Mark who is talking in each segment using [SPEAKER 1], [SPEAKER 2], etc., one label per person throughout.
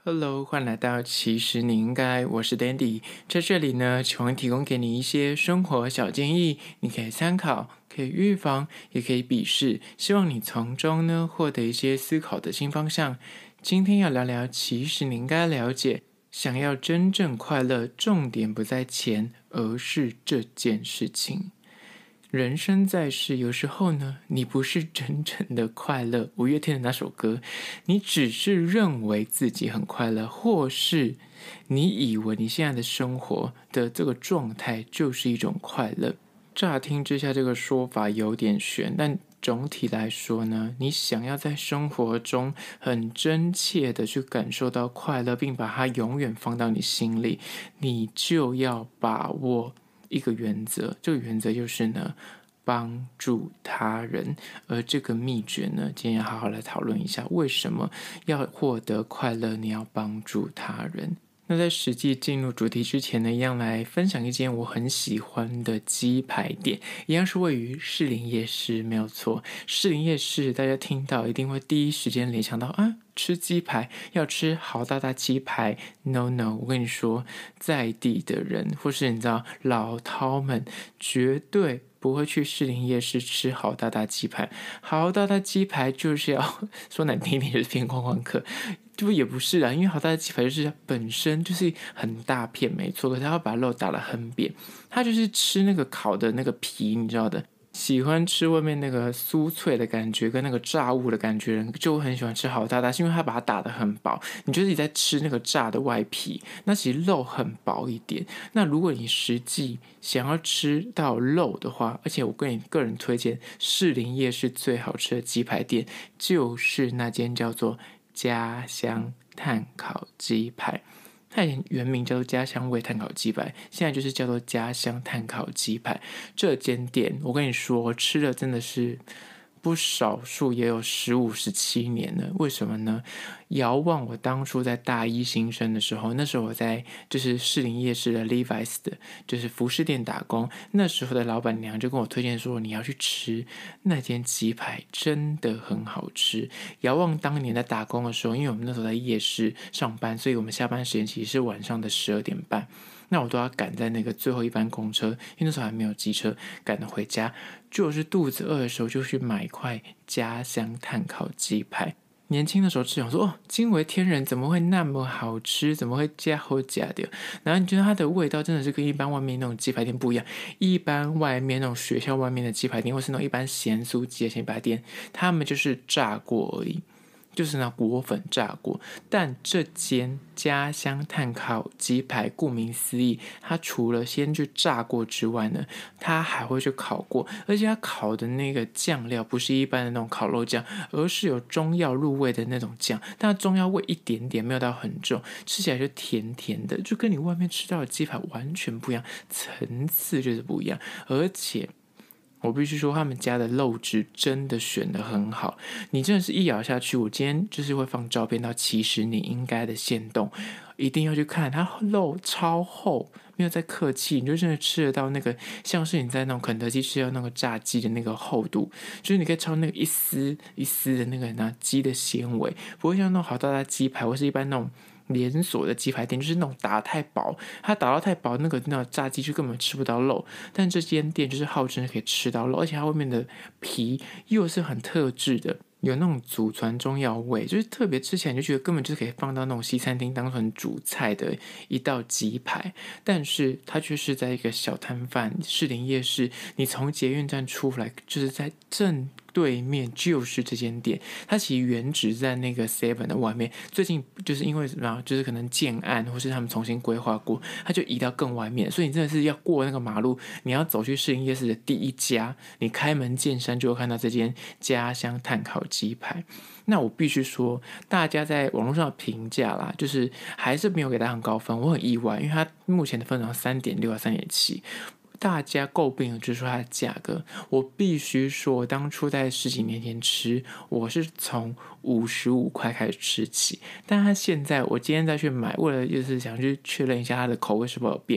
[SPEAKER 1] Hello，欢迎来到其实你应该，我是 Dandy，在这里呢，希望提供给你一些生活小建议，你可以参考，可以预防，也可以比视，希望你从中呢获得一些思考的新方向。今天要聊聊，其实你应该了解，想要真正快乐，重点不在钱，而是这件事情。人生在世，有时候呢，你不是真正的快乐。五月天的那首歌，你只是认为自己很快乐，或是你以为你现在的生活的这个状态就是一种快乐。乍听之下，这个说法有点悬，但总体来说呢，你想要在生活中很真切的去感受到快乐，并把它永远放到你心里，你就要把握一个原则，这个原则就是呢，帮助他人。而这个秘诀呢，今天要好好来讨论一下，为什么要获得快乐，你要帮助他人。那在实际进入主题之前呢，一样来分享一间我很喜欢的鸡排店，一样是位于士林夜市，没有错。士林夜市大家听到一定会第一时间联想到吃鸡排要吃好大大鸡排 ，no， 我跟你说，在地的人或是你知道老饕们绝对不会去士林夜市吃好大大鸡排。好大大鸡排就是要说难听一点，就是骗观光客。就也不是啦，因为好大的鸡排就是本身就是很大片，没错，可是他要把肉打得很扁，他就是吃那个烤的那个皮，你知道的。喜欢吃外面那个酥脆的感觉跟那个炸物的感觉人，就很喜欢吃好大大，是因为他把它打得很薄，你就是你在吃那个炸的外皮，那其实肉很薄一点。那如果你实际想要吃到肉的话，而且我跟你个人推荐，士林夜市最好吃的鸡排店就是那间叫做家乡炭烤鸡排，它原名叫做家乡味炭烤鸡排，现在就是叫做家乡炭烤鸡排。这间店我跟你说，吃的真的是不少数，也有15、17年了。为什么呢？遥望我当初在大一新生的时候，那时候我在就是士林夜市的 Levi's 的，就是服饰店打工。那时候的老板娘就跟我推荐说，你要去吃那间鸡排，真的很好吃。遥望当年在打工的时候，因为我们那时候在夜市上班，所以我们下班时间其实是晚上的12点半。那我都要赶在那个最后一班公车，因为那时候还没有机车，赶着回家。就是肚子饿的时候，就去买一块家乡炭烤鸡排。年轻的时候只想说，惊为天人，怎么会那么好吃？怎么会加好假的？然后你觉得它的味道真的是跟一般外面那种鸡排店不一样。一般外面那种学校外面的鸡排店，或是那种一般咸酥鸡的鸡排店，他们就是炸过而已。就是那裹粉炸过，但这间家乡炭烤鸡排，顾名思义，它除了先去炸过之外呢，它还会去烤过，而且它烤的那个酱料不是一般的那种烤肉酱，而是有中药入味的那种酱，但它中药味一点点，没有到很重，吃起来就甜甜的，就跟你外面吃到的鸡排完全不一样，层次就是不一样，而且我必须说，他们家的肉质真的选得很好，你真的是一咬下去。我今天就是会放照片到其实你应该的限动，一定要去看，它肉超厚，没有在客气，你就真的吃得到那个像是你在那种肯德基吃到那个炸鸡的那个厚度，就是你可以吃到那个一丝一丝的那个鸡的纤维，不会像那种好大大鸡排或是一般那种连锁的鸡排店，就是那种打太薄，它打到太薄，那个炸鸡就根本吃不到肉。但这间店就是号称可以吃到肉，而且它外面的皮又是很特制的，有那种祖传中药味，就是特别吃起来你就觉得根本就是可以放到那种西餐厅当成主菜的一道鸡排。但是它却是在一个小摊贩士林夜市，你从捷运站出来，就是在正对面就是这间店，它其实原址在那个 Seven 的外面，最近就是因为什么，就是可能建案或是他们重新规划过，它就移到更外面，所以你真的是要过那个马路，你要走去士林夜市的第一家，你开门见山就会看到这间家乡炭烤鸡排。那我必须说，大家在网络上的评价啦，就是还是没有给它很高分，我很意外，因为它目前的分好像3.6到3.7。大家诟病的就是说它的价格，我必须说，当初在10几年前吃，我是从55块开始吃起，但它现在我今天再去买，为了就是想去确认一下它的口味是否有变，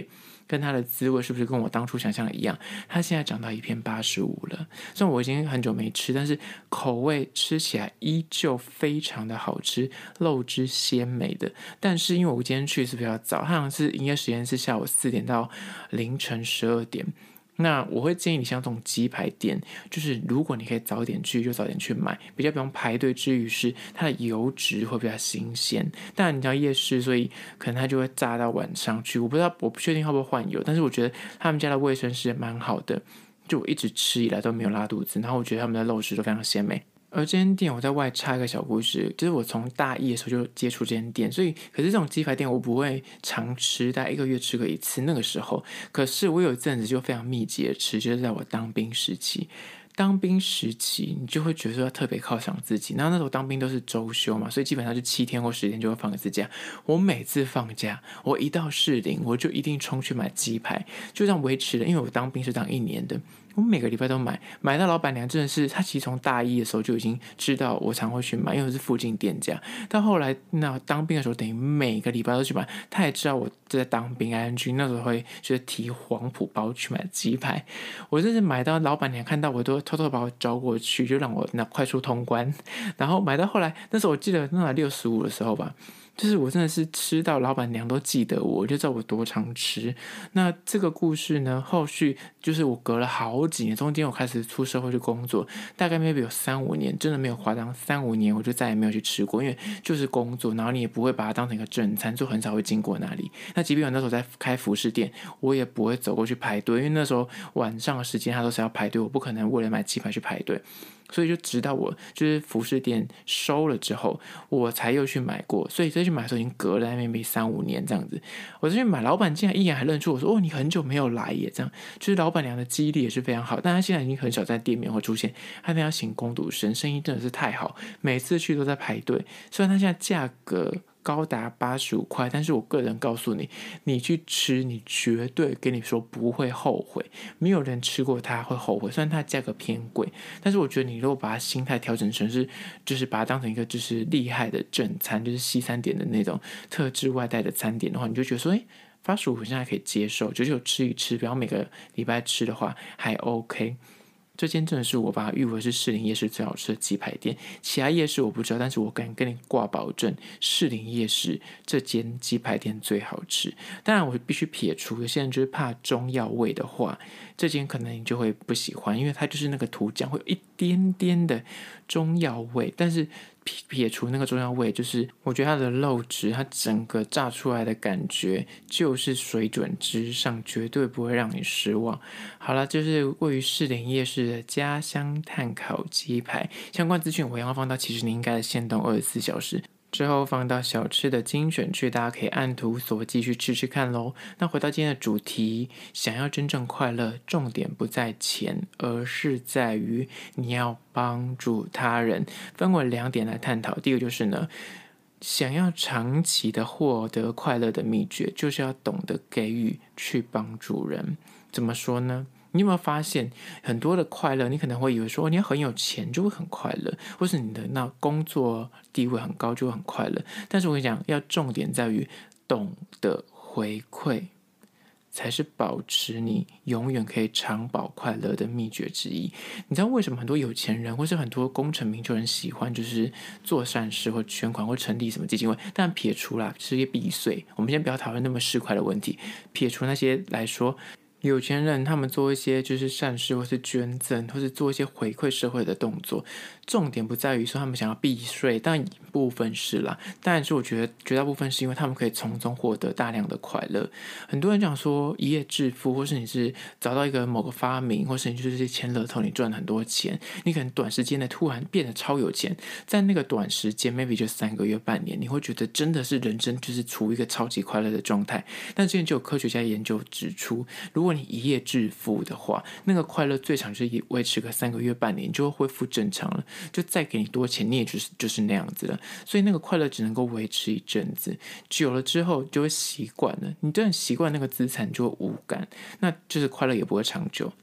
[SPEAKER 1] 跟它的滋味是不是跟我当初想象的一样。它现在涨到1片85了，虽然我已经很久没吃，但是口味吃起来依旧非常的好吃，肉质鲜美的。但是因为我今天去是比较早，它好像是营业时间是下午4点到凌晨12点。那我会建议你像这种鸡排店，就是如果你可以早点去就早点去买，比较不用排队之余是它的油脂会比较新鲜。当然你知道夜市，所以可能它就会炸到晚上去，我不知道，我不确定会不会换油，但是我觉得他们家的卫生是蛮好的，就我一直吃以来都没有拉肚子，然后我觉得他们的肉质都非常鲜美。而这间店我在外插一个小故事，就是我从大一的时候就接触这间店，所以可是这种鸡排店我不会常吃，大概1个月吃个1次那个时候。可是我有一阵子就非常密集的吃，就是在我当兵时期。当兵时期，你就会觉得说要特别犒赏自己。然后那时候当兵都是周休嘛，所以基本上就7天或10天就会放一次假。我每次放假，我一到士林，我就一定冲去买鸡排，就这样维持了。因为我当兵是当1年的，我每个礼拜都买，买到老板娘真的是，她其实从大一的时候就已经知道我常会去买，因为我是附近店家。到后来那当兵的时候，等于每个礼拜都去买，她也知道我在当兵 ING， 那时候会就是提黄埔包去买鸡排。我真是买到老板娘看到我都偷偷把我招过去，就让我那快速通关。然后买到后来，那时候我记得那65的时候吧。就是我真的是吃到老板娘都记得我，就知道我多常吃。那这个故事呢，后续就是我隔了好几年，中间我开始出社会去工作，大概 maybe 有3-5年，真的没有夸张，3-5年我就再也没有去吃过，因为就是工作，然后你也不会把它当成一个正餐，就很少会经过那里。那即便我那时候在开服饰店，我也不会走过去排队，因为那时候晚上的时间它都是要排队，我不可能为了买鸡排去排队。所以就直到我就是服饰店收了之后，我才又去买过。所以再去买的时候已经隔了maybe 3-5年这样子。我再去买，老板竟然一眼还认出我说：“哦，你很久没有来耶！”这样就是老板娘的记忆力也是非常好，但她现在已经很少在店面会出现，她那要请工读生，生意真的是太好，每次去都在排队。虽然她现在价格高达85块，但是我个人告诉你，你去吃，你绝对跟你说不会后悔，没有人吃过它会后悔。虽然它价格偏贵，但是我觉得你如果把它心态调整成是，就是把它当成一个就是厉害的正餐，就是西餐点的那种特制外带的餐点的话，你就觉得说，85现在可以接受，就是吃一吃，不要每个礼拜吃的话还 OK。这间真的是我把它誉为是士林夜市最好吃的鸡排店，其他夜市我不知道，但是我敢跟你挂保证，士林夜市这间鸡排店最好吃。当然我必须撇除有些人就是怕中药味的话，这间可能你就会不喜欢，因为它就是那个涂酱会有一点点的中药味，但是撇除那个中药味，就是我觉得它的肉质，它整个炸出来的感觉就是水准之上，绝对不会让你失望。好了，就是位于士林夜市的家乡炭烤鸡排，相关资讯我要放到其实你应该的限动24小时。之后放到小吃的精选区，大家可以按图索骥去吃吃看咯。那回到今天的主题，想要真正快乐，重点不在钱，而是在于你要帮助他人。分为2点来探讨。第一个就是呢，想要长期的获得快乐的秘诀，就是要懂得给予，去帮助人。怎么说呢？你有没有发现很多的快乐，你可能会以为说你要很有钱就会很快乐，或是你的那工作地位很高就会很快乐。但是我跟你讲，要重点在于懂得回馈，才是保持你永远可以长保快乐的秘诀之一。你知道为什么很多有钱人或是很多功成名就人喜欢就是做善事或捐款或成立什么基金会？但撇除啦这些避税，我们先不要讨论那么市侩的问题，撇除那些来说，有钱人他们做一些就是善事，或是捐赠，或是做一些回馈社会的动作，重点不在于说他们想要避税，但一部分是啦，但是我觉得绝大部分是因为他们可以从中获得大量的快乐。很多人讲说一夜致富，或是你是找到一个某个发明，或是你就是签乐透，你赚很多钱，你可能短时间内突然变得超有钱，在那个短时间 maybe 就3个月半年，你会觉得真的是人生就是处于一个超级快乐的状态。但之前就有科学家研究指出，如果你一夜致富的话，那个快乐最长就是维持个3个月半年，你就会恢复正常了，就再给你多钱，你也就是那样子了。所以那个快乐只能够维持一阵子，久了之后就会习惯了。你真的习惯那个资产就会无感，那就是快乐也不会长久。那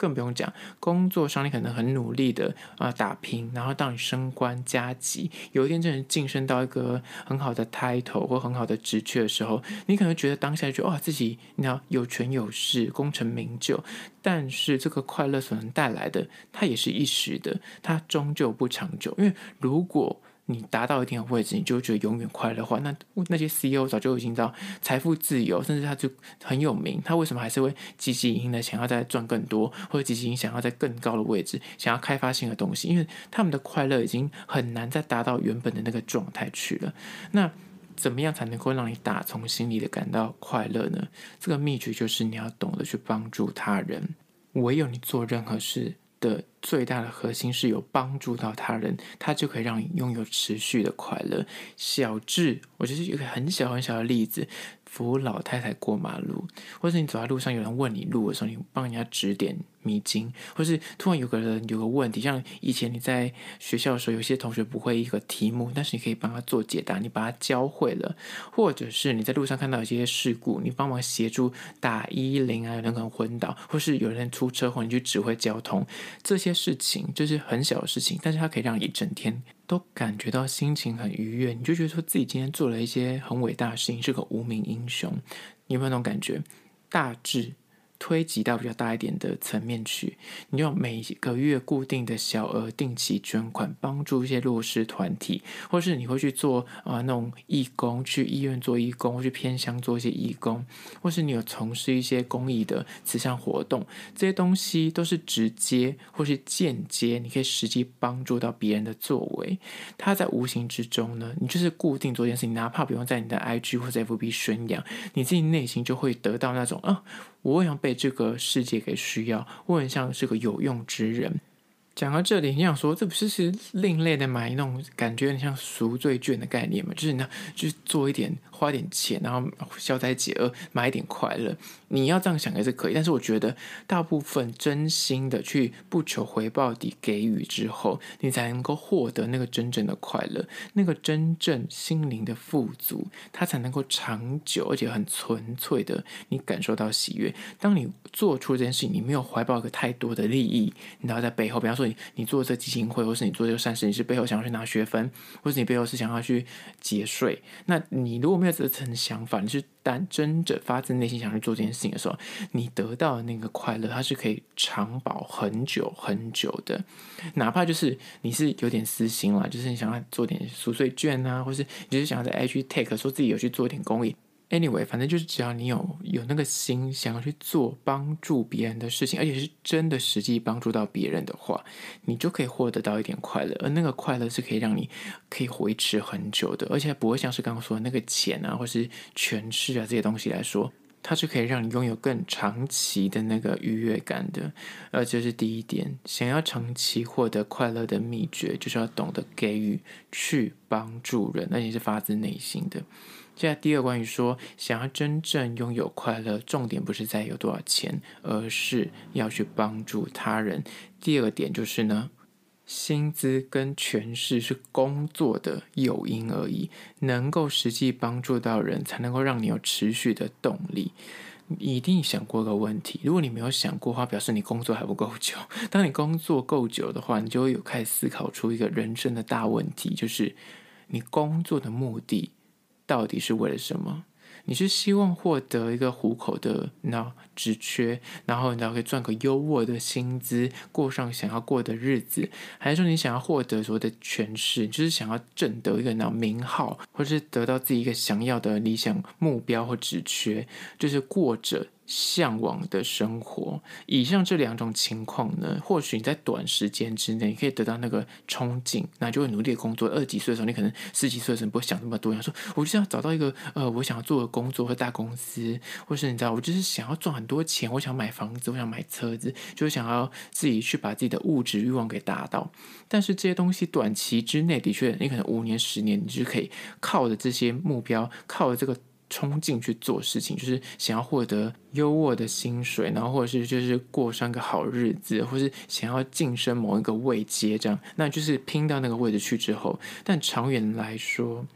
[SPEAKER 1] 更不用讲工作上，你可能很努力的打拼，然后当你升官加级，有一天真的晋升到一个很好的 title 或很好的职缺的时候，你可能觉得当下觉得哇自己你知道有权有势，功成名就，但是这个快乐所能带来的，它也是一时的，它终究不长久。因为如果你达到一定的位置，你就会觉得永远快乐化。那些 CEO 早就已经知道财富自由，甚至他就很有名，他为什么还是会积极营的想要再赚更多，或者积极营想要在更高的位置，想要开发新的东西？因为他们的快乐已经很难再达到原本的那个状态去了。那怎么样才能够让你打从心里的感到快乐呢？这个秘诀就是你要懂得去帮助他人。唯有你做任何事的最大的核心是有帮助到他人，它就可以让你拥有持续的快乐。小至我就是一个很小很小的例子，扶老太太过马路，或是你走在路上有人问你路的时候，你帮人家指点迷津，或是突然有个人有个问题，像以前你在学校的时候，有些同学不会一个题目，但是你可以帮他做解答，你把他教会了，或者是你在路上看到一些事故，你帮忙协助打110啊，有人可能昏倒，或是有人出车祸，你去指挥交通，这些事情就是很小的事情，但是它可以让你一整天都感觉到心情很愉悦，你就觉得说自己今天做了一些很伟大的事情，是个无名英雄。你有没有那种感觉？大致推及到比较大一点的层面去，你就每个月固定的小额定期捐款，帮助一些弱势团体，或是你会去做那种义工，去医院做义工，或去偏乡做一些义工，或是你有从事一些公益的慈善活动，这些东西都是直接或是间接，你可以实际帮助到别人的作为。它在无形之中呢，你就是固定做一件事情，哪怕不用在你的 IG 或者 FB 宣扬，你自己内心就会得到那种我想被这个世界给需要，我很像是个有用之人。讲到这里，你想说这不是另类的买那种感觉很像赎罪券的概念吗？就是呢，就是做一点花点钱，然后消灾解厄，买一点快乐。你要这样想也是可以，但是我觉得大部分真心的去不求回报地给予之后，你才能够获得那个真正的快乐，那个真正心灵的富足，它才能够长久而且很纯粹的你感受到喜悦。当你做出这件事情，你没有怀抱一个太多的利益，然后在背后，比方说你做这基金会，或是你做这个善事，你是背后想要去拿学分，或是你背后是想要去节税。那你如果没有这层想法，你是真的发自内心想去做这件事情的时候，你得到的那个快乐，它是可以长保很久很久的。哪怕就是你是有点私心啦，就是你想要做点赎罪券啊，或是你就是想要在 IG take 说自己有去做点公益。Anyway， 反正就是只要你有那个心想要去做帮助别人的事情，而且是真的实际帮助到别人的话，你就可以获得到一点快乐，而那个快乐是可以让你可以维持很久的，而且不会像是刚刚说的那个钱啊，或是权势啊这些东西来说，它是可以让你拥有更长期的那个愉悦感的。这是第一点，想要长期获得快乐的秘诀，就是要懂得给予，去帮助人，而且是发自内心的。现在第二关于说，想要真正拥有快乐，重点不是在有多少钱，而是要去帮助他人。第二个点就是呢，薪资跟权势是工作的诱因而已，能够实际帮助到人，才能够让你有持续的动力。你一定想过一个问题，如果你没有想过的话，表示你工作还不够久。当你工作够久的话，你就会有开始思考出一个人生的大问题，就是你工作的目的到底是为了什么？你是希望获得一个糊口的职缺，然后可以赚个优渥的薪资，过上想要过的日子，还是说你想要获得所谓的权势，就是想要挣得一个名号，或是得到自己一个想要的理想目标或职缺，就是过着向往的生活。以上这两种情况呢，或许你在短时间之内可以得到那个冲劲，那就会努力的工作。20几岁的时候，你可能10几岁的时候不会想那么多，想说我就是要找到一个我想要做的工作或大公司，或是你知道我就是想要赚很多钱，我想买房子，我想买车子，就是想要自己去把自己的物质欲望给达到。但是这些东西短期之内的确，你可能5年10年，你就可以靠着这些目标，靠着这个冲劲去做事情，就是想要获得优渥的薪水，然后或者是就是过上个好日子，或是想要晋升某一个位阶，这样，那就是拼到那个位置去之后，但长远来说，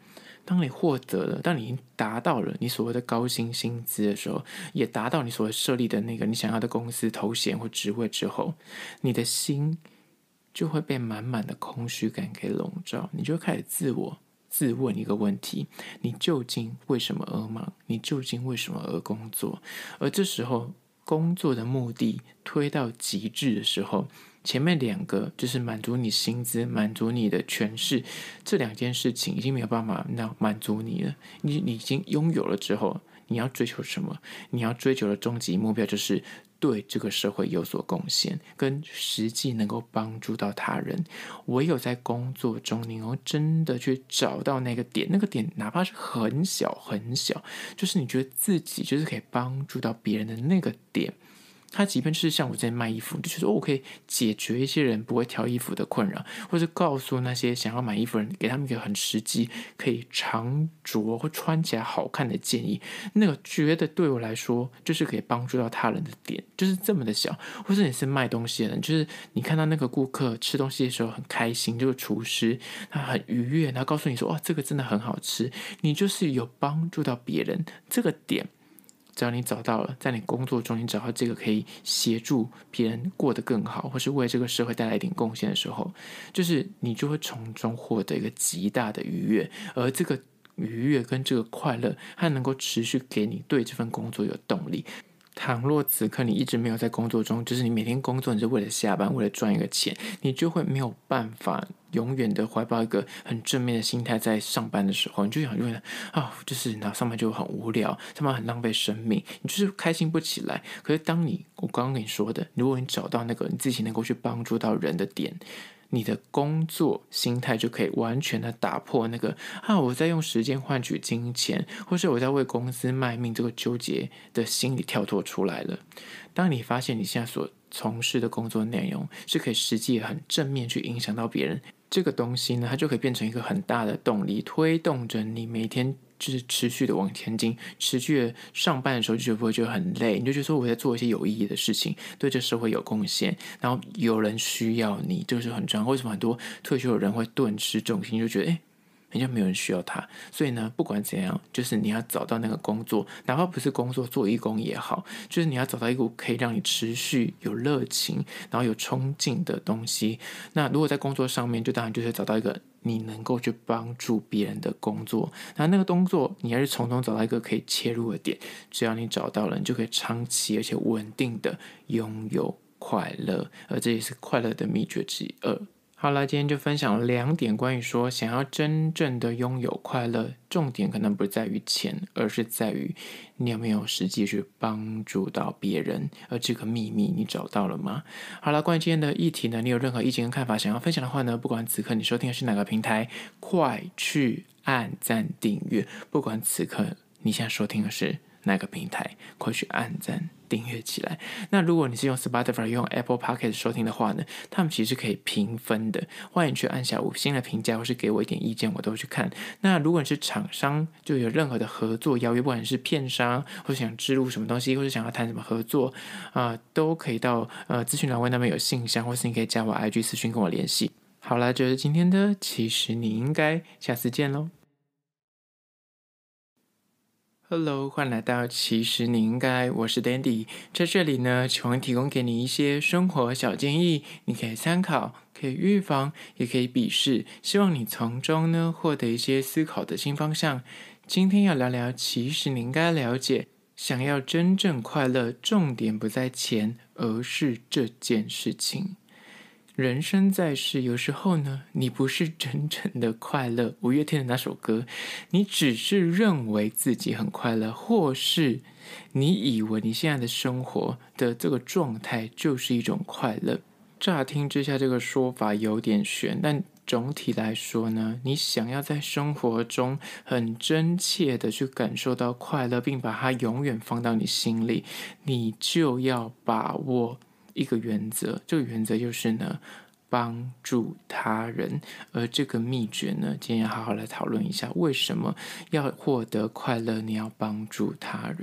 [SPEAKER 1] 当你获得了，当你已经达到了你所谓的高薪薪资的时候，也达到你所设立的那个你想要的公司头衔或职位之后，你的心就会被满满的空虚感给笼罩，你就会开始自问一个问题：你究竟为什么而忙？你究竟为什么而工作？而这时候，工作的目的推到极致的时候，前面两个就是满足你薪资、满足你的权势，这两件事情已经没有办法满足你了。你已经拥有了之后，你要追求什么？你要追求的终极目标就是对这个社会有所贡献，跟实际能够帮助到他人。唯有在工作中，你能够真的去找到那个点，那个点哪怕是很小很小，就是你觉得自己就是可以帮助到别人的那个点。他即便是像我在卖衣服，就觉得我可以解决一些人不会挑衣服的困扰，或者告诉那些想要买衣服的人，给他们一个很实际可以常着或穿起来好看的建议。那个觉得对我来说就是可以帮助到他人的点，就是这么的小。或者你是卖东西的人，就是你看到那个顾客吃东西的时候很开心，这个厨师他很愉悦，然后告诉你说哇这个真的很好吃，你就是有帮助到别人这个点。只要你找到了，在你工作中你找到这个可以协助别人过得更好，或是为这个社会带来一点贡献的时候，就是你就会从中获得一个极大的愉悦，而这个愉悦跟这个快乐，它能够持续给你对这份工作有动力。倘若此刻你一直没有在工作中，就是你每天工作你是为了下班，为了赚一个钱，你就会没有办法永远的怀抱一个很正面的心态，在上班的时候，你就想永远就是上班就很无聊，上班很浪费生命，你就是开心不起来。可是当我刚刚跟你说的，如果你找到那个你自己能够去帮助到人的点，你的工作心态就可以完全的打破那个我在用时间换取金钱，或是我在为公司卖命这个纠结的心理跳脱出来了。当你发现你现在所从事的工作内容是可以实际很正面去影响到别人，这个东西呢，它就可以变成一个很大的动力，推动着你每天就是持续的往前进，持续的上班的时候就不会觉得很累，你就觉得说我在做一些有意义的事情，对这社会有贡献，然后有人需要你，这个是很重要。为什么很多退休的人会顿失重心，就觉得人家没有人需要他，所以呢，不管怎样，就是你要找到那个工作，哪怕不是工作，做义工也好，就是你要找到一个可以让你持续有热情，然后有冲劲的东西。那如果在工作上面，就当然就是找到一个你能够去帮助别人的工作，然后那个工作你还是从中找到一个可以切入的点，只要你找到了，你就可以长期而且稳定的拥有快乐，而这也是快乐的秘诀之二。好了，今天就分享了2点关于说想要真正的拥有快乐，重点可能不在于钱，而是在于你有没有实际去帮助到别人，而这个秘密你找到了吗？好了，关于今天的议题呢，你有任何意见跟看法想要分享的话呢，不管此刻你收听的是哪个平台，快去按赞订阅。不管此刻你现在收听的是哪个平台，快去按赞订阅起来。那如果你是用 Spotify 用 Apple Podcast 收听的话呢，他们其实可以评分的，欢迎去按下5星的评价，或是给我一点意见，我都去看。那如果你是厂商，就有任何的合作邀约，不管你是片商，或是想植入什么东西，或是想要谈什么合作都可以到资讯栏位那边有信箱，或是你可以加我 IG 私讯跟我联系。好了，就是今天的其实你应该，下次见咯。Hello，欢迎来到其实你应该，我是 Dandy， 在这里呢，希望提供给你一些生活小建议，你可以参考，可以预防，也可以比视，希望你从中呢获得一些思考的新方向。今天要聊聊，其实你应该了解，想要真正快乐，重点不在钱，而是这件事情。人生在世，有时候呢，你不是真正的快乐。五月天的那首歌，你只是认为自己很快乐，或是你以为你现在的生活的这个状态就是一种快乐。乍听之下，这个说法有点悬，但总体来说呢，你想要在生活中很真切的去感受到快乐，并把它永远放到你心里，你就要把握一个原则，这个原则就是呢，帮助他人。而这个秘诀呢，今天要好好来讨论一下，为什么要获得快乐，你要帮助他人。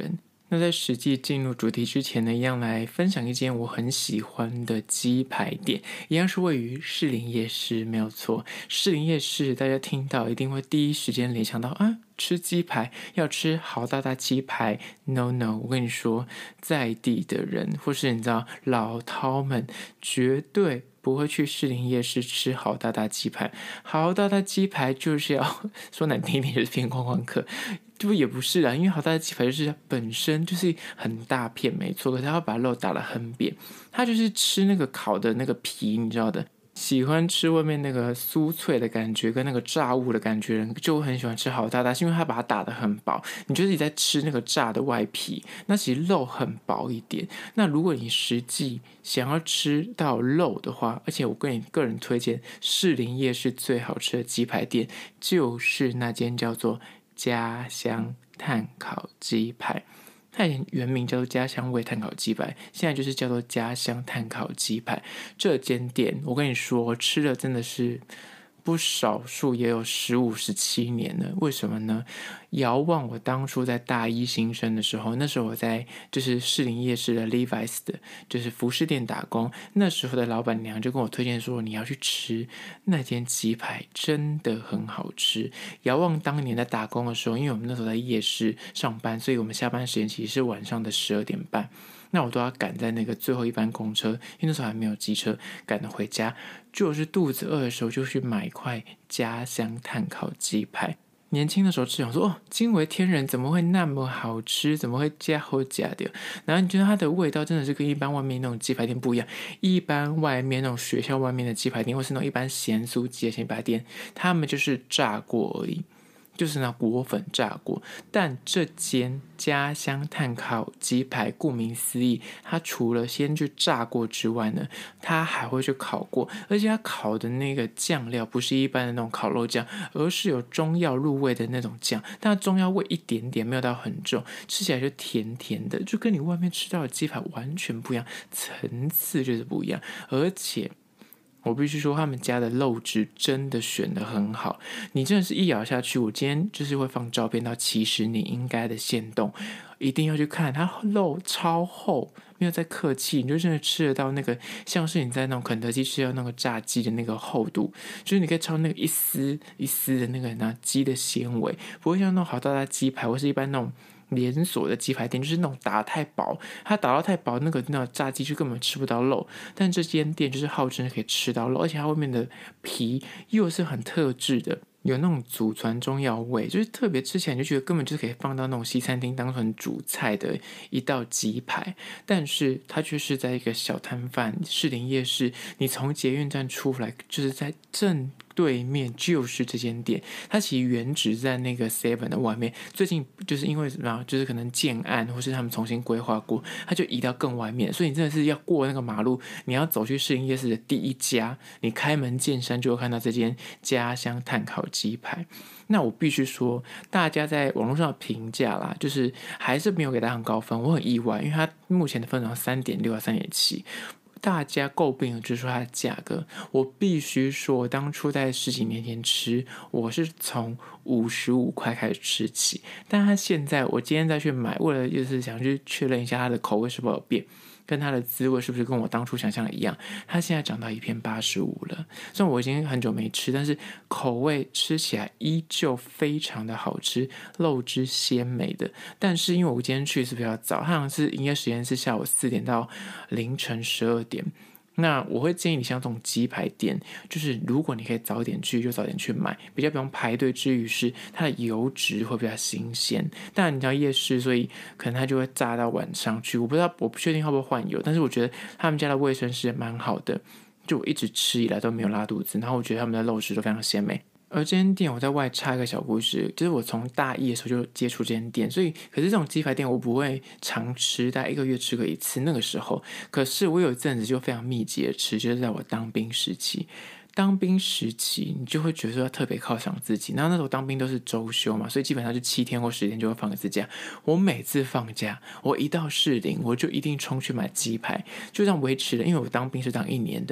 [SPEAKER 1] 那在实际进入主题之前呢，一样来分享一间我很喜欢的鸡排店，一样是位于士林夜市，没有错。士林夜市大家听到一定会第一时间联想到啊，吃鸡排要吃好大大鸡排。No No， 我跟你说，在地的人或是你知道老饕们绝对不会去士林夜市吃好大大鸡排。好大大鸡排就是要说难听一点，就是骗观光客。就也不是啊，因为好大的鸡排就是本身就是很大片，没错，可是它要把肉打得很扁，它就是吃那个烤的那个皮，你知道的。喜欢吃外面那个酥脆的感觉跟那个炸物的感觉人就很喜欢吃好大大，是因为它把它打得很薄，你就是你在吃那个炸的外皮，那其实肉很薄一点。那如果你实际想要吃到肉的话，而且我跟你个人推荐士林夜市最好吃的鸡排店就是那间叫做家乡炭烤鸡排，它原名叫做家乡味炭烤鸡排，现在就是叫做家乡炭烤鸡排。这间店我跟你说，我吃的真的是不少数，也有15、17年了。为什么呢？遥望我当初在大一新生的时候，那时候我在就是士林夜市的 Levi's 的，就是服饰店打工。那时候的老板娘就跟我推荐说，你要去吃那间鸡排，真的很好吃。遥望当年在打工的时候，因为我们那时候在夜市上班，所以我们下班时间其实是晚上的12点半。那我都要赶在那个最后一班公车，因为那时候还没有机车，赶着回家。就是肚子饿的时候，就去买一块家乡炭烤鸡排。年轻的时候吃，想说哦，惊为天人，怎么会那么好吃？怎么会加好加的？然后你觉得它的味道真的是跟一般外面那种鸡排店不一样。一般外面那种学校外面的鸡排店，或是那种一般咸酥鸡的鸡排店，他们就是炸过而已。就是那裹粉炸过，但这间家乡炭烤鸡排，顾名思义，它除了先去炸过之外呢，它还会去烤过，而且它烤的那个酱料不是一般的那种烤肉酱，而是有中药入味的那种酱，但中药味一点点，没有到很重，吃起来就甜甜的，就跟你外面吃到的鸡排完全不一样，层次就是不一样，而且我必须说，他们家的肉质真的选得很好。你真的是一咬下去，我今天就是会放照片到其实你应该的限动，一定要去看，它肉超厚，没有在客气，你就真的吃得到那个，像是你在那种肯德基吃到那个炸鸡的那个厚度，就是你可以吃到那个一丝一丝的那个鸡的纤维，不会像那种好大大鸡排或是一般那种连锁的鸡排店，就是那种打太薄，它打到太薄，那个炸鸡就根本吃不到肉。但这间店就是号称可以吃到肉，而且它外面的皮又是很特制的，有那种祖传中药味，就是特别吃起来你就觉得根本就是可以放到那种西餐厅当成主菜的一道鸡排。但是它却是在一个小摊贩士林夜市，你从捷运站出来，就是在正对面就是这间店，它其实原址在那个 Seven 的外面，最近就是因为什么，就是可能建案或是他们重新规划过，它就移到更外面，所以你真的是要过那个马路，你要走去士林夜市的第一家，你开门见山就会看到这间家乡炭烤鸡排。那我必须说，大家在网络上的评价啦，就是还是没有给它很高分，我很意外，因为它目前的分好像3.6到3.7。大家诟病的就是说它的价格，我必须说，我当初在10几年前吃，我是从55块开始吃起，但它现在我今天再去买，为了就是想去确认一下它的口味是否有变，跟它的滋味是不是跟我当初想象的一样，它现在涨到1片85了。虽然我已经很久没吃，但是口味吃起来依旧非常的好吃，肉质鲜美的。但是因为我今天去是比较早，它好像是营业时间是下午4点到凌晨12点。那我会建议你像这种鸡排店，就是如果你可以早点去，就早点去买，比较不用排队。之余是它的油脂会比较新鲜。当然你知道夜市，所以可能它就会炸到晚上去。我不知道，我不确定会不会换油，但是我觉得他们家的卫生是蛮好的。就我一直吃以来都没有拉肚子，然后我觉得他们的肉质都非常鲜美。而这间店，我在外插一个小故事，就是我从大一的时候就接触这间店，所以可是这种鸡排店我不会常吃，大概1个月吃个1次。那个时候，可是我有一阵子就非常密集的吃，就是在我当兵时期。当兵时期，你就会觉得说要特别犒赏自己。然后那时候当兵都是周休嘛，所以基本上就7天或10天就会放一次假。我每次放假，我一到士林，我就一定冲去买鸡排，就这样维持了。因为我当兵是当1年的，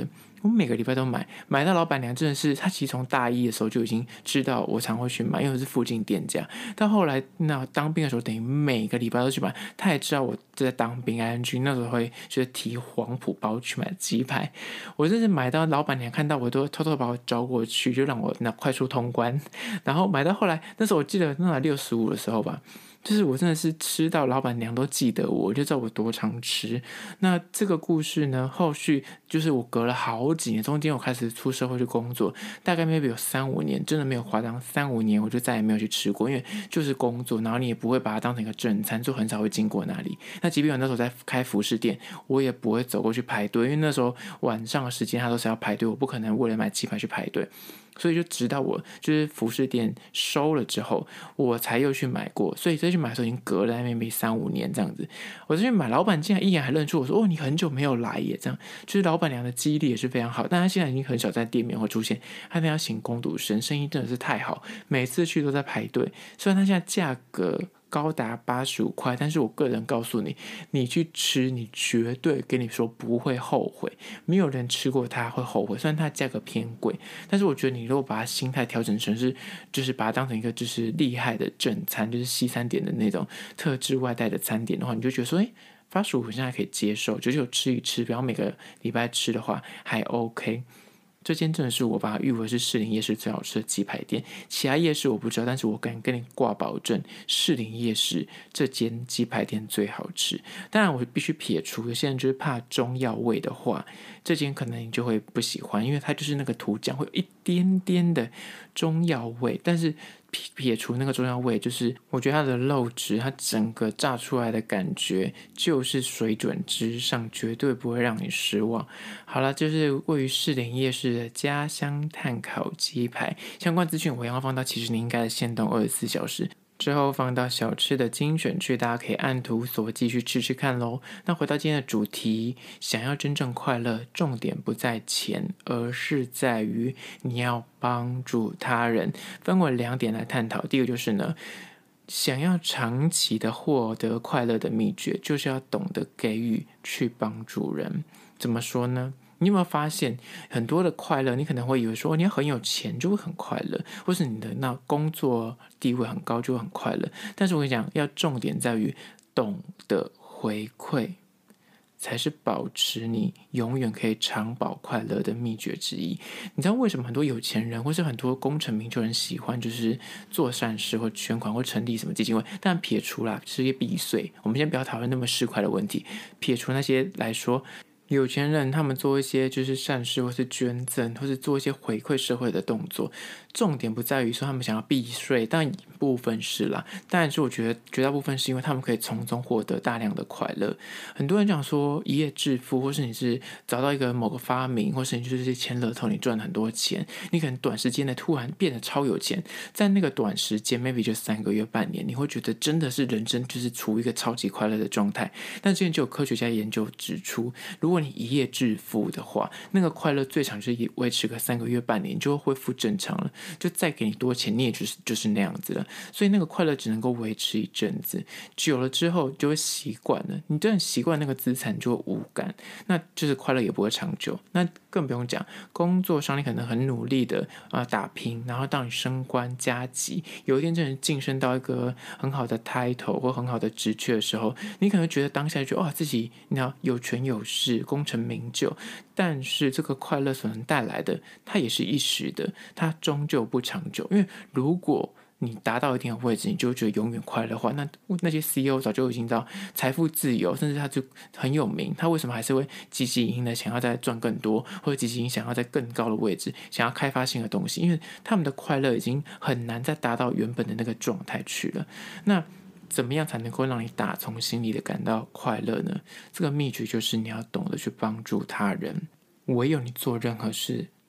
[SPEAKER 1] 我每个礼拜都买到老板娘真的是，她其实从大一的时候就已经知道我常会去买，因为我是附近店家。到后来那当兵的时候，等于每个礼拜都去买，她也知道我在当兵 ING 那时候会就是提黄埔包去买鸡排，我真是买到老板娘看到我都偷偷把我招过去，就让我那快速通关。然后买到后来，那时候我记得那65的时候吧。就是我真的是吃到老板娘都记得我，就知道我多常吃。那这个故事呢，后续就是我隔了好几年，中间我开始出社会去工作，大概 maybe 有3-5年，真的没有夸张，3-5年我就再也没有去吃过，因为就是工作，然后你也不会把它当成一个正餐，就很少会经过那里。那即便我那时候在开服饰店，我也不会走过去排队，因为那时候晚上的时间它都是要排队，我不可能为了买鸡排去排队。所以就直到我就是服饰店收了之后，我才又去买过。所以再去买的时候已经隔了maybe 3-5年这样子。我再去买，老板竟然一眼还认出我说：“哦，你很久没有来耶！”这样就是老板娘的记忆力也是非常好，但她现在已经很少在店面会出现。她那要请工读生，生意真的是太好，每次去都在排队。虽然她现在价格高达85块，但是我个人告诉你，你去吃，你绝对跟你说不会后悔，没有人吃过它会后悔。虽然它价格偏贵，但是我觉得你如果把它心态调整成是，就是把它当成一个就是厉害的正餐，就是西餐点的那种特制外带的餐点的话，你就觉得说，85现在可以接受，就是吃一吃，不要每个礼拜吃的话还 OK。这间真的是我把它誉为是士林夜市最好吃的鸡排店，其他夜市我不知道，但是我敢跟你挂保证，士林夜市这间鸡排店最好吃。当然我必须撇除有些人就是怕中药味的话，这间可能你就会不喜欢，因为它就是那个涂酱会有一点点的中药味，但是撇除那个中药味，就是我觉得它的肉质，它整个炸出来的感觉就是水准之上，绝对不会让你失望。好了，就是位于士林夜市的家乡炭烤鸡排，相关资讯我要放到其实你应该的限动24小时。之后放到小吃的精选区，大家可以按图索骥去吃吃看咯。那回到今天的主题，想要真正快乐，重点不在钱，而是在于你要帮助他人。分为2点来探讨，第一个就是呢，想要长期的获得快乐的秘诀，就是要懂得给予，去帮助人。怎么说呢？你有没有发现很多的快乐，你可能会以为说你要很有钱就会很快乐，或是你的那工作地位很高就会很快乐，但是我跟你讲，要重点在于懂得回馈，才是保持你永远可以长保快乐的秘诀之一。你知道为什么很多有钱人或是很多功成名就人喜欢就是做善事或捐款或成立什么基金会？但撇除啦这些避税，我们先不要讨论那么市侩的问题，撇除那些来说，有钱人他们做一些就是善事，或是捐赠，或是做一些回馈社会的动作，重点不在于说他们想要避税，但一部分是啦，但是我觉得绝大部分是因为他们可以从中获得大量的快乐。很多人讲说一夜致富，或是你是找到一个某个发明，或是你就是签乐透，你赚很多钱，你可能短时间内突然变得超有钱，在那个短时间 maybe 就3个月半年，你会觉得真的是人生就是处于一个超级快乐的状态。但之前就有科学家研究指出，如果你一夜致富的话，那个快乐最长就是维持个3个月半年，你就会恢复正常了，就再给你多钱，你也就是那样子了。所以那个快乐只能够维持一阵子，久了之后就会习惯了。你真的习惯那个资产就会无感，那就是快乐也不会长久。那更不用讲工作上，你可能很努力的打拼，然后当你升官加级，有一天真的晋升到一个很好的 title 或很好的职缺的时候，你可能觉得当下就自己你要有权有势，功成名就，但是这个快乐所能带来的，它也是一时的，它终究不长久。因为如果你达到一定的位置，你就会觉得永远快乐的话，那些 CEO 早就已经到财富自由，甚至他就很有名，他为什么还是会积极营的想要再赚更多，或者积极营想要在更高的位置，想要开发新的东西？因为他们的快乐已经很难再达到原本的那个状态去了。那怎么样才能够让你打从心里的感到快乐呢？这个秘诀就是你要懂得去帮助他人。唯有你做任何事的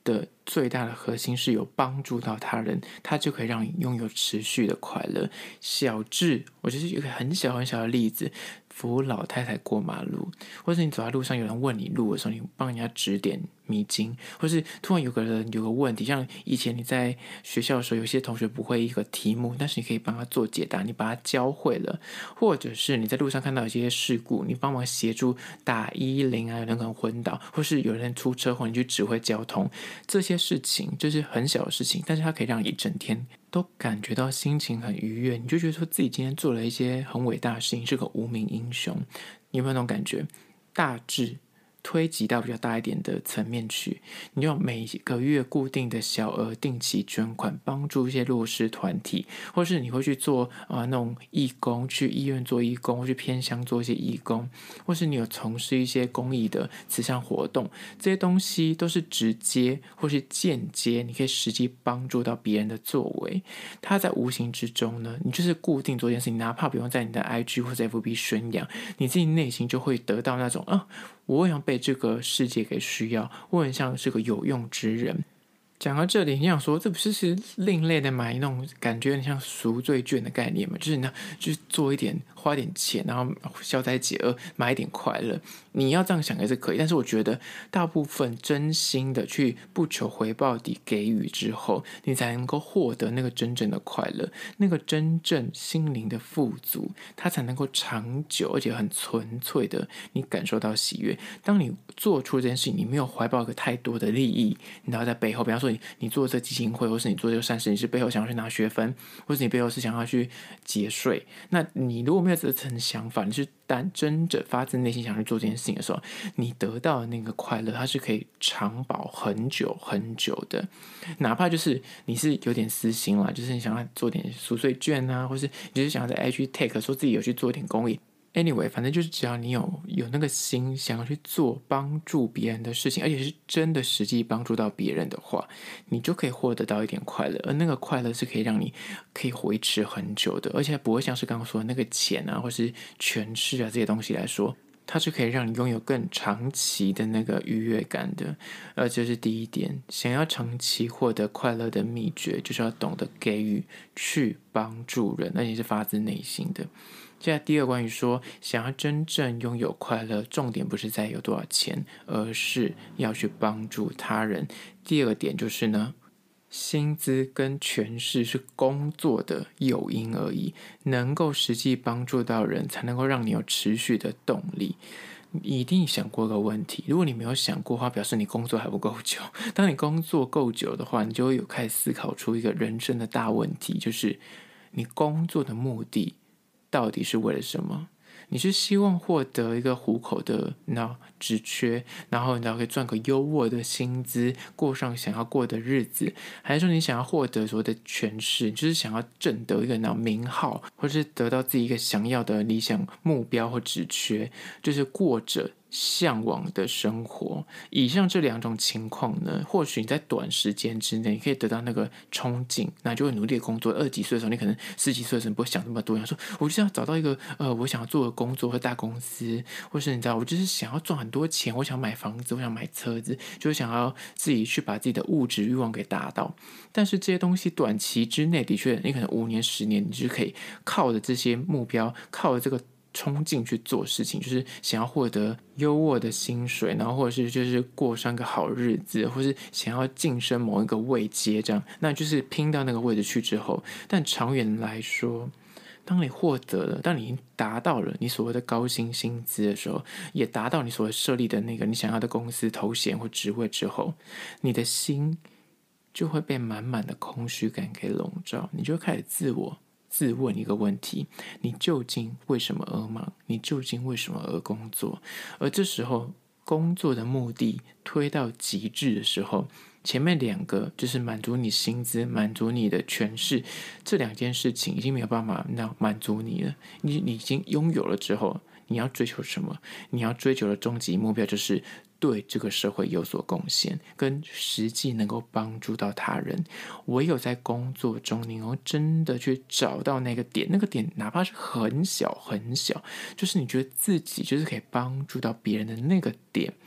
[SPEAKER 1] 最大的核心是有帮助到他人，它就可以让你拥有持续的快乐。小至，我就是一个很小很小的例子，扶老太太过马路，或者你走在路上有人问你路的时候，你帮人家指点迷津，或是突然有个人有个问题，像以前你在学校的时候，有些同学不会一个题目，但是你可以帮他做解答，你把他教会了，或者是你在路上看到有些事故，你帮忙协助打110啊，有人可能昏倒，或是有人出车祸，你去指挥交通，这些事情就是很小的事情，但是它可以让你一整天都感觉到心情很愉悦，你就觉得说自己今天做了一些很伟大的事情，是个无名英雄。你有没有那种感觉？大致推及到比较大一点的层面去，你就每个月固定的小额定期捐款，帮助一些弱势团体，或是你会去做那种义工，去医院做义工，或去偏乡做一些义工，或是你有从事一些公益的慈善活动，这些东西都是直接或是间接，你可以实际帮助到别人的作为。它在无形之中呢，你就是固定做一件事情，哪怕不用在你的 IG 或者 FB 宣扬，你自己内心就会得到那种我想被这个世界给需要，我很像是个有用之人。讲到这里，你想说这不是另类的买那种感觉有点像赎罪券的概念吗？就是呢，就是做一点花点钱，然后消灾解厄，买一点快乐。你要这样想也是可以，但是我觉得大部分真心的去不求回报地给予之后，你才能够获得那个真正的快乐，那个真正心灵的富足，它才能够长久而且很纯粹的你感受到喜悦。当你做出这件事情，你没有怀抱一个太多的利益，然后在背后，比方说你做这基金会，或是你做这个善事，你是背后想要去拿学分，或是你背后是想要去节税。那你如果没有这层想法，你是真的发自内心想去做这件事情的时候，你得到的那个快乐，它是可以长保很久很久的。哪怕就是你是有点私心啦，就是你想要做点赎罪券啊，或是你就是想要在 IG take 说自己有去做点公益。Anyway， 反正就是只要你有那个心想要去做帮助别人的事情，而且是真的实际帮助到别人的话，你就可以获得到一点快乐，而那个快乐是可以让你可以维持很久的，而且不会像是刚刚说的那个钱啊，或是权势啊这些东西来说，它是可以让你拥有更长期的那个愉悦感的。这是第一点，想要长期获得快乐的秘诀，就是要懂得给予，去帮助人，而且是发自内心的。接下来第二关于说，想要真正拥有快乐，重点不是在有多少钱，而是要去帮助他人。第二个点就是呢，薪资跟权势是工作的诱因而已，能够实际帮助到人，才能够让你有持续的动力。你一定想过一个问题，如果你没有想过的话，表示你工作还不够久。当你工作够久的话，你就会有开始思考出一个人生的大问题，就是你工作的目的到底是为了什么？你是希望获得一个糊口的职缺，然后可以赚个优渥的薪资，过上想要过的日子，还是说你想要获得所谓的权势，就是想要挣得一个名号，或是得到自己一个想要的理想目标或职缺，就是过着向往的生活。以上这两种情况呢，或许你在短时间之内可以得到那个冲劲，那就会努力的工作。20几岁的时候，你可能10几岁的时候你不会想那么多，想说我就是要找到一个我想要做的工作或大公司，或是你知道我就是想要赚很多钱，我想买房子，我想买车子，就是想要自己去把自己的物质欲望给达到。但是这些东西短期之内的确，你可能5年10年，你就可以靠着这些目标，靠着这个冲劲去做事情，就是想要获得优渥的薪水，然后或者是就是过上个好日子，或是想要晋升某一个位阶，这样，那就是拼到那个位置去之后，但长远来说，当你获得了，当你已经达到了你所谓的高薪薪资的时候，也达到你所谓设立的那个你想要的公司头衔或职位之后，你的心就会被满满的空虚感给笼罩，你就会开始自问一个问题：你究竟为什么而忙？你究竟为什么而工作？而这时候，工作的目的推到极致的时候，前面2个就是满足你薪资、满足你的权势，这2件事情已经没有办法满足你了。你已经拥有了之后，你要追求什么？你要追求的终极目标就是对这个社会有所贡献，跟实际能够帮助到他人。唯有在工作中，你能够真的去找到那个点，那个点哪怕是很小很小，就是你觉得自己就是可以帮助到别人的那个点，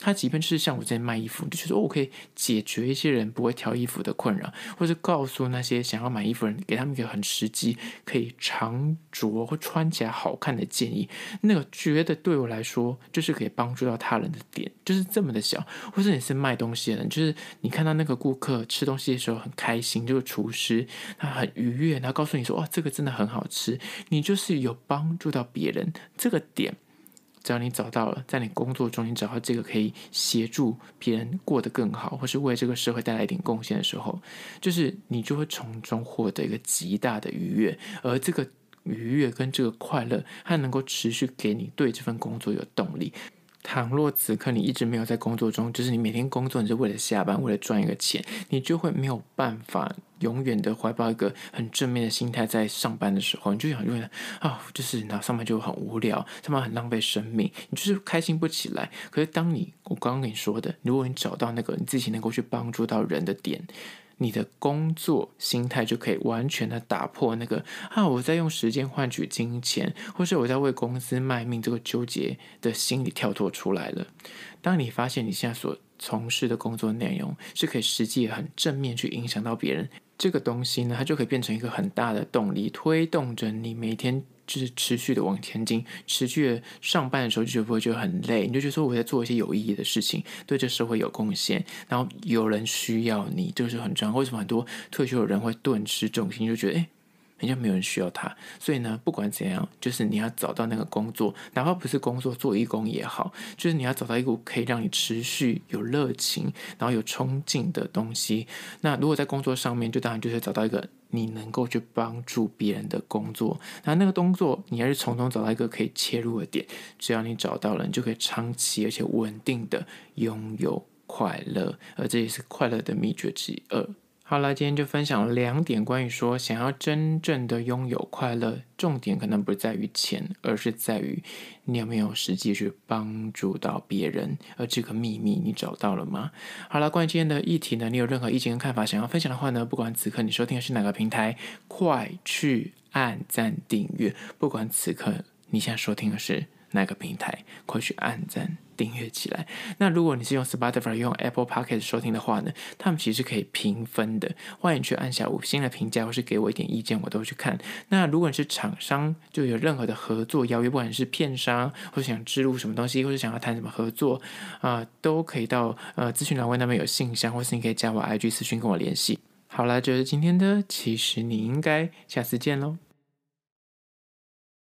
[SPEAKER 1] 他即便是像我之前卖衣服，就觉得我可以解决一些人不会挑衣服的困扰，或是告诉那些想要买衣服的人，给他们一个很实际可以常着或穿起来好看的建议。那个觉得对我来说就是可以帮助到他人的点，就是这么的小。或是你是卖东西的人，就是你看到那个顾客吃东西的时候很开心，就是厨师他很愉悦，然后告诉你说哇这个真的很好吃，你就是有帮助到别人这个点。只要你找到了，在你工作中你找到这个可以协助别人过得更好，或是为这个社会带来一点贡献的时候，就是你就会从中获得一个极大的愉悦，而这个愉悦跟这个快乐，它能够持续给你对这份工作有动力。倘若此刻你一直没有在工作中，就是你每天工作你是为了下班，为了赚一个钱，你就会没有办法永远的怀抱一个很正面的心态，在上班的时候，你就想永远就是上班就很无聊，上班很浪费生命，你就是开心不起来。可是当我刚刚跟你说的，如果你找到那个你自己能够去帮助到人的点，你的工作心态就可以完全的打破那个我在用时间换取金钱，或是我在为公司卖命这个纠结的心理跳脱出来了。当你发现你现在所从事的工作内容是可以实际很正面去影响到别人，这个东西呢，它就可以变成一个很大的动力，推动着你每天就是持续的往前进，持续的上班的时候就不会觉得很累，你就觉得说我在做一些有意义的事情，对这社会有贡献，然后有人需要你，这个是很重要。为什么很多退休的人会顿失重心，就觉得人家没有人需要他。所以呢，不管怎样，就是你要找到那个工作，哪怕不是工作，做义工也好，就是你要找到一个可以让你持续有热情，然后有冲劲的东西。那如果在工作上面，就当然就是找到一个你能够去帮助别人的工作，那个工作你还是从中找到一个可以切入的点，只要你找到了，你就可以长期而且稳定的拥有快乐，而这也是快乐的秘诀之二。好了，今天就分享了2点关于说想要真正的拥有快乐，重点可能不在于钱，而是在于你有没有实际去帮助到别人，而这个秘密你找到了吗？好了，关于今天的议题呢，你有任何意见跟看法想要分享的话呢，不管此刻你收听的是哪个平台，快去按赞订阅。不管此刻你现在收听的是哪个平台，快去按赞订阅起来。那如果你是用 Spotify 用 Apple Podcast 收听的话呢，他们其实可以评分的，欢迎去按下5星的评价，或是给我一点意见，我都会去看。那如果你是厂商，就有任何的合作邀约，不管是片商，或是想植入什么东西，或是想要谈什么合作都可以到资讯栏位那边有信箱，或是你可以加我 IG 私讯跟我联系。好啦，就是今天的，其实你应该，下次见咯。